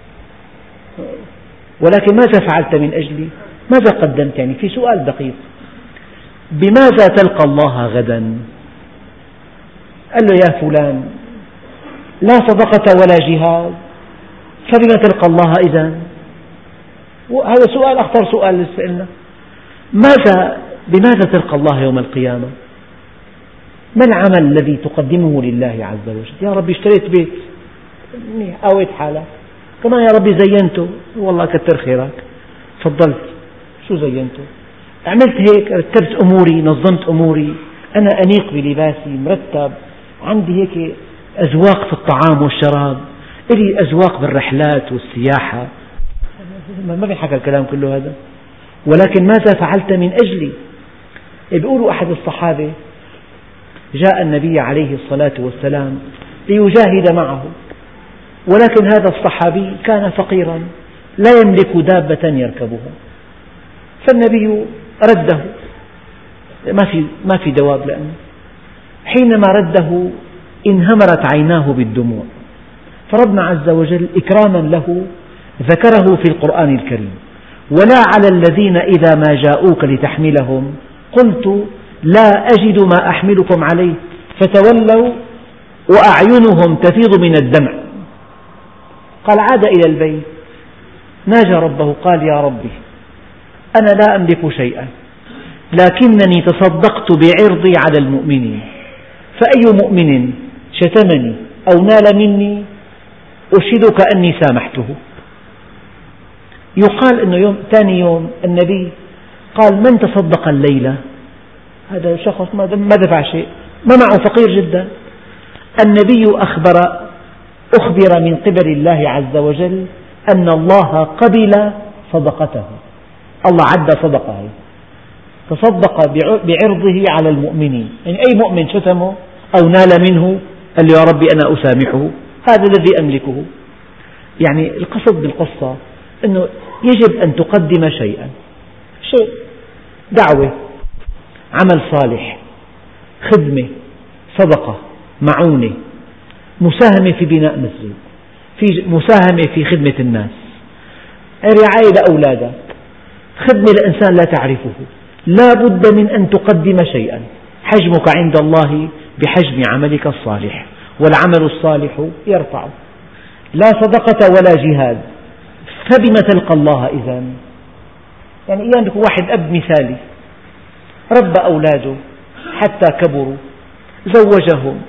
[SPEAKER 2] ولكن ماذا فعلت من أجلي؟ ماذا قدمت؟ يعني في سؤال دقيق: بماذا تلقى الله غدا؟ قال له يا فلان لا صدقة ولا جهاد، فبما تلقى الله إذن؟ هذا سؤال أخطر سؤال لسألنا. ماذا بماذا تلقى الله يوم القيامة؟ ما العمل الذي تقدمه لله عز وجل؟ يا ربي اشتريت بيت، قويت حالك، كمان يا ربي زينته، والله كتر خيرك، فضلت، شو زينته؟ عملت هيك، رتبت أموري، نظمت أموري، أنا أنيق بلباسي، مرتب، عندي هيك أذواق في الطعام والشراب، إلي أذواق بالرحلات والسياحة. ما بيحكى الكلام كله هذا، ولكن ماذا فعلت من أجلي؟ يقول أحد الصحابة جاء النبي عليه الصلاة والسلام ليجاهد معه، ولكن هذا الصحابي كان فقيرا لا يملك دابة يركبها، فالنبي رده، ما في ما في دواب، لأنه حينما رده انهمرت عيناه بالدموع، فربنا عز وجل إكراما له ذكره في القرآن الكريم: ولا على الذين إذا ما جاءوك لتحملهم قلت لا أجد ما أحملكم عليه فتولوا وأعينهم تفيض من الدمع. قال عاد إلى البيت ناجى ربه، قال يا ربي أنا لا أملك شيئا، لكنني تصدقت بعرضي على المؤمنين، فأي مؤمن شتمني أو نال مني أشهدك أني سامحته. يقال أنه يوم ثاني يوم النبي قال من تصدق الليلة؟ هذا شخص ما دفع شيء، ما معه، فقير جدا. النبي أخبر أخبر من قبل الله عز وجل أن الله قبل صدقته، الله عد صدقه، تصدق بعرضه على المؤمنين، يعني أي مؤمن شتمه أو نال منه قال له يا ربي أنا أسامحه، هذا الذي أملكه. يعني القصد بالقصة أنه يجب أن تقدم شيئا، شيء، دعوة، عمل صالح، خدمة، صدقة، معونة، مساهمة في بناء مسجد، في مساهمة في خدمة الناس، رعاية لأولادك، خدمة لإنسان لا تعرفه، لا بد من أن تقدم شيئا، حجمك عند الله بحجم عملك الصالح، والعمل الصالح يرفع. لا صدقة ولا جهاد، فبما تلقى الله إذن؟ يعني أيام يكون واحد أب مثالي ربى أولاده حتى كبروا، زوجهم،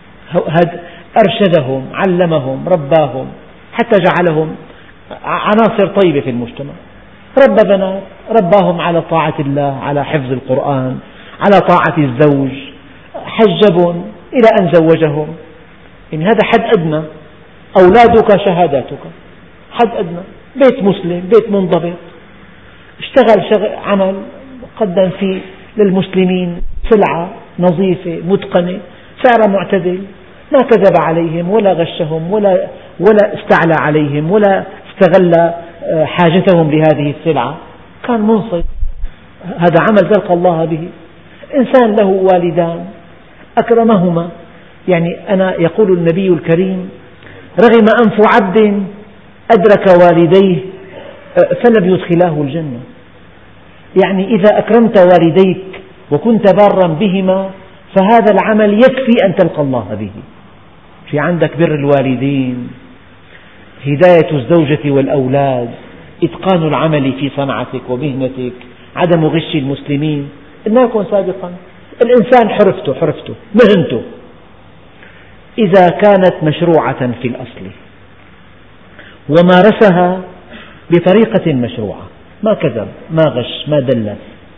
[SPEAKER 2] أرشدهم، علمهم، رباهم، حتى جعلهم عناصر طيبة في المجتمع، ربى بنات، رباهم على طاعة الله، على حفظ القرآن، على طاعة الزوج، حجبهم إلى أن زوجهم. يعني هذا حد أدنى، أولادك شهاداتك، حد أدنى، بيت مسلم، بيت منضبط، اشتغل شغل عمل قدم فيه للمسلمين سلعة نظيفة متقنة سعر معتدل، ما كذب عليهم ولا غشهم ولا ولا استعلى عليهم ولا استغل حاجتهم لهذه السلعة، كان منصف. هذا عمل تلقى الله به. إنسان له والدان أكرمهما، يعني أنا يقول النبي الكريم: رغم أنف عبد أدرك والديه فلم يدخلاه الجنة. يعني إذا أكرمت والديك وكنت بارا بهما فهذا العمل يكفي أن تلقى الله به. في عندك بر الوالدين، هداية الزوجة والأولاد، إتقان العمل في صنعتك ومهنتك، عدم غش المسلمين. لنكن سابقا الإنسان حرفته حرفته مهنته إذا كانت مشروعة في الأصل ومارسها بطريقة مشروعة، ما كذب، ما غش، ما دلس،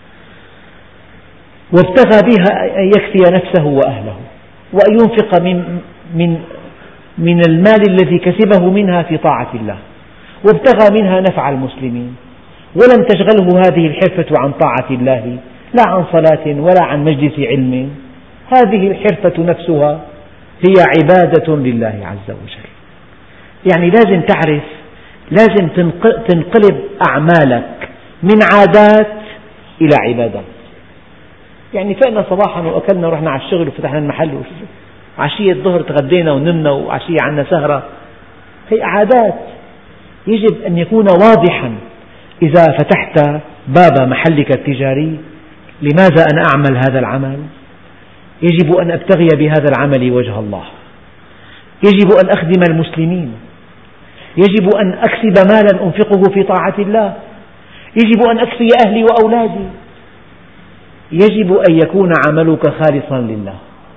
[SPEAKER 2] وابتغى بها أن يكفي نفسه وأهله، وأن ينفق من, من, من المال الذي كسبه منها في طاعة الله، وابتغى منها نفع المسلمين، ولم تشغله هذه الحرفة عن طاعة الله، لا عن صلاة ولا عن مجلس علم، هذه الحرفة نفسها هي عبادة لله عز وجل. يعني لازم تعرف، لازم تنقلب أعمالك من عادات إلى عبادات. يعني فأنا صباحا وأكلنا ورحنا على الشغل وفتحنا المحل، عشية الظهر تغدينا ونمنا، وعشية عنا سهرة، هي عادات. يجب أن يكون واضحا إذا فتحت باب محلك التجاري: لماذا أنا أعمل هذا العمل؟ يجب أن أبتغي بهذا العمل وجه الله، يجب أن أخدم المسلمين، يجب أن أكسب مالا أنفقه في طاعة الله، يجب أن أكفي أهلي وأولادي، يجب أن يكون عملك خالصا لله.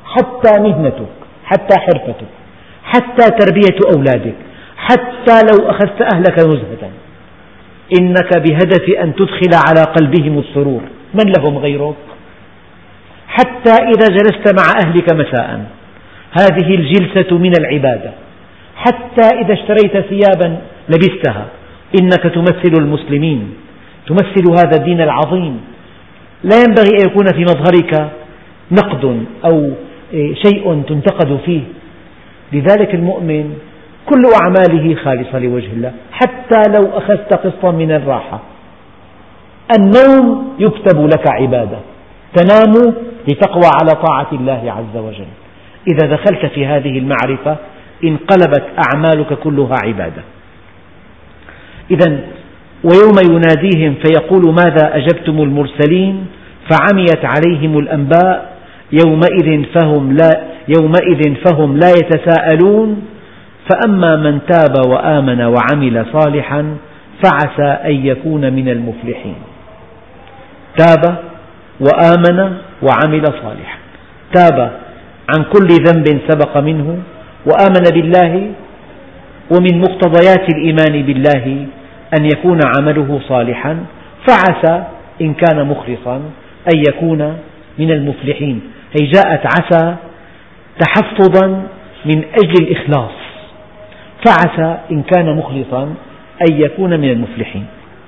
[SPEAKER 2] حتى مهنتك، حتى حرفتك، حتى تربية أولادك، حتى لو أخذت أهلك نزهة، إنك بهدف أن تدخل على قلبهم السرور. من لهم غيرك؟ حتى إذا جلست مع أهلك مساء، هذه الجلسة من العبادة. حتى إذا اشتريت ثيابا لبستها، إنك تمثل المسلمين، تمثل هذا الدين العظيم. لا ينبغي أن يكون في مظهرك نقد أو شيء تنتقد فيه. لذلك المؤمن كل أعماله خالصة لوجه الله، حتى لو أخذت قسطا من الراحة. النوم يكتب لك عبادة، تنام لتقوى على طاعة الله عز وجل. إذا دخلت في هذه المعرفة انقلبت أعمالك كلها عبادة. إذا ويوم يناديهم فيقول ماذا أجبتم المرسلين فعميت عليهم الأنباء يومئذ فهم لا, يومئذ فهم لا يتساءلون فأما من تاب وآمن وعمل صالحا فعسى أن يكون من المفلحين. تاب وآمن وعمل صالحا، تاب عن كل ذنب سبق منه، وآمن بالله، ومن مقتضيات الإيمان بالله أن يكون عمله صالحا، فعسى إن كان مخلصا أن يكون من المفلحين. هي جاءت عسى تحفظا من أجل الإخلاص، فعسى إن كان مخلصا أن يكون من المفلحين.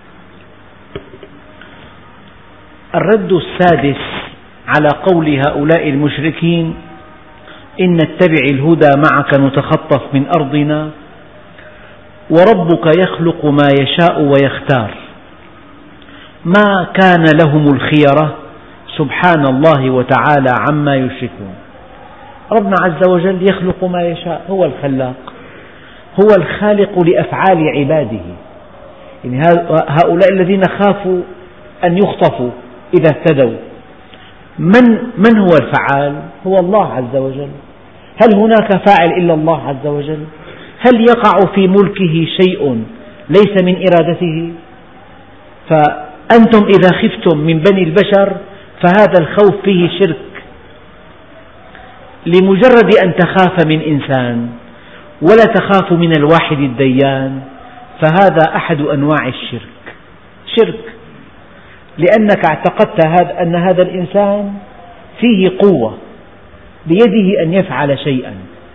[SPEAKER 2] الرد السادس على قول هؤلاء المشركين إن نتبع الهدى معك نتخطف من أرضنا وربك يخلق ما يشاء ويختار ما كان لهم الخيرة سبحان الله وتعالى عما يشركون. ربنا عز وجل يخلق ما يشاء، هو الخلاق، هو الخالق لأفعال عباده. يعني هؤلاء الذين خافوا أن يخطفوا إذا اهتدوا، من, من هو الفعال؟ هو الله عز وجل. هل هناك فاعل إلا الله عز وجل؟ هل يقع في ملكه شيء ليس من إرادته؟ فأنتم إذا خفتم من بني البشر فهذا الخوف فيه شرك. لمجرد أن تخاف من إنسان ولا تخاف من الواحد الديان فهذا أحد أنواع الشرك، شرك، لأنك اعتقدت أن هذا الإنسان فيه قوة، بيده أن يفعل شيئا،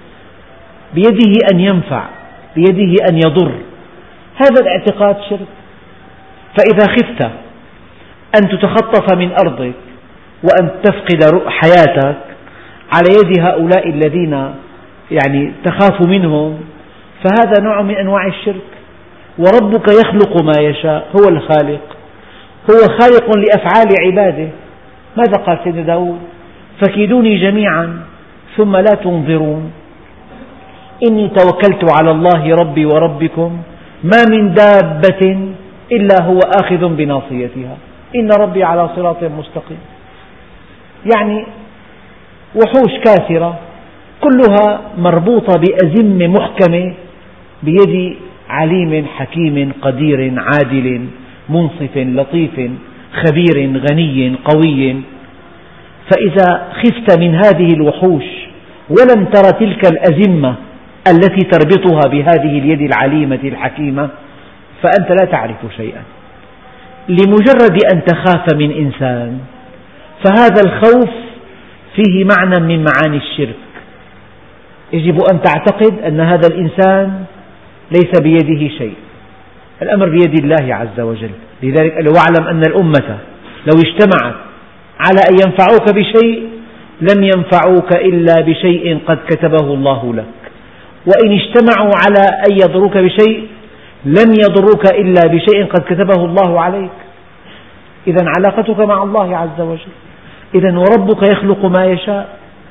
[SPEAKER 2] بيده أن ينفع، بيده أن يضر. هذا الاعتقاد شرك. فإذا خفت أن تتخطف من أرضك وأن تفقد حياتك على يد هؤلاء الذين يعني تخاف منهم فهذا نوع من أنواع الشرك. وربك يخلق ما يشاء، هو الخالق، هو خالق لأفعال عباده. ماذا قال سيدنا داود؟ فكيدوني جميعا ثم لا تنظرون إني توكلت على الله ربي وربكم ما من دابة إلا هو آخذ بناصيتها إن ربي على صراط مستقيم. يعني وحوش كافرة كلها مربوطة بأزمة محكمة بيد عليم حكيم قدير عادل منصف لطيف خبير غني قوي. فإذا خفت من هذه الوحوش ولم تر تلك الأزمة التي تربطها بهذه اليد العليمة الحكيمة فأنت لا تعرف شيئا. لمجرد أن تخاف من إنسان فهذا الخوف فيه معنى من معاني الشرك. يجب أن تعتقد أن هذا الإنسان ليس بيده شيء، الأمر بيد الله عز وجل. لذلك قال واعلم أن الأمة لو اجتمعت على أن ينفعوك بشيء لم ينفعوك إلا بشيء قد كتبه الله لك، وإن اجتمعوا على أن يضروك بشيء لم يضروك إلا بشيء قد كتبه الله عليك. إذن علاقتك مع الله عز وجل. إذن وربك يخلق ما يشاء.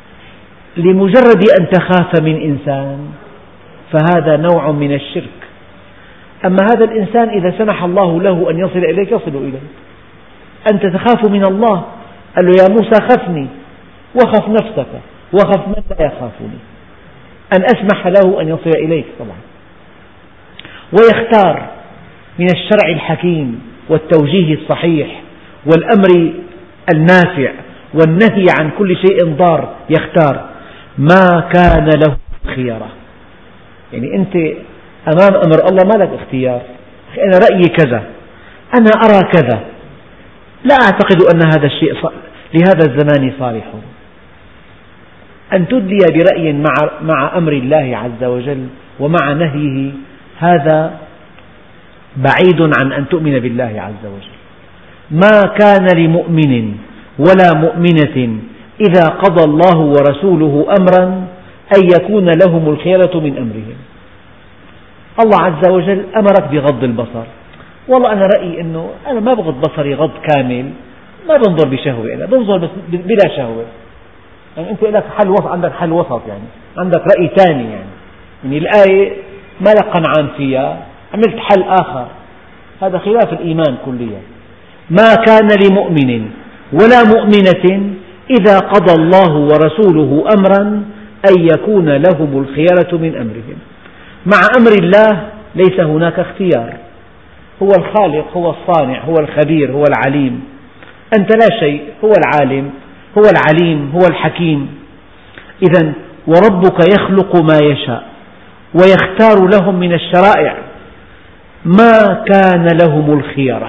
[SPEAKER 2] لمجرد أن تخاف من إنسان فهذا نوع من الشرك. أما هذا الإنسان إذا سمح الله له أن يصل إليك يصل إليك. أنت تخاف من الله، قال له يا موسى خفني وخف نفسك وخف من لا يخافني، أن أسمح له أن يصل إليك طبعا. ويختار من الشرع الحكيم والتوجيه الصحيح والأمر النافع والنهي عن كل شيء ضار يختار. ما كان له خيرة، يعني أنت أمام أمر الله ما لك اختيار. أنا رأيي كذا، أنا أرى كذا، لا أعتقد أن هذا الشيء لهذا الزمان صالح. أن تدلي برأي مع, مع أمر الله عز وجل ومع نهيه، هذا بعيد عن أن تؤمن بالله عز وجل. ما كان لمؤمن ولا مؤمنة إذا قضى الله ورسوله أمرا أن يكون لهم الخيرة من أمرهم. الله عز وجل أمرك بغض البصر، والله أنا رأيي أنه أنا ما بغض بصري غض كامل، ما بنظر بشهوة، أنا بنظر بس بلا شهوة. يعني أنت لك حل وسط، عندك حل وسط، يعني عندك رأي ثاني، يعني, يعني الآية ما لك قنعان فيها، عملت حل آخر، هذا خلاف الإيمان كليا. ما كان لمؤمن ولا مؤمنة إذا قضى الله ورسوله أمرا أن يكون لهم الخيرة من أمرهم. مع أمر الله ليس هناك اختيار، هو الخالق، هو الصانع، هو الخبير، هو العليم. أنت لا شيء، هو العالم، هو العليم، هو الحكيم. إذن وربك يخلق ما يشاء ويختار لهم من الشرائع ما كان لهم الخيرة.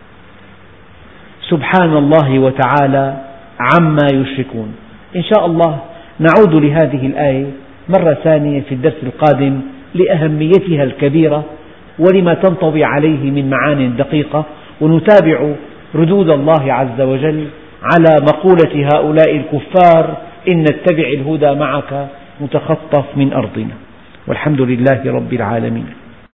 [SPEAKER 2] سبحان الله وتعالى عما يشركون. إن شاء الله نعود لهذه الآية مرة ثانية في الدرس القادم لأهميتها الكبيرة ولما تنطوي عليه من معان دقيقة، ونتابع ردود الله عز وجل على مقولة هؤلاء الكفار: إن نتبع الهدى معك نتخطف من أرضنا. والحمد لله رب العالمين.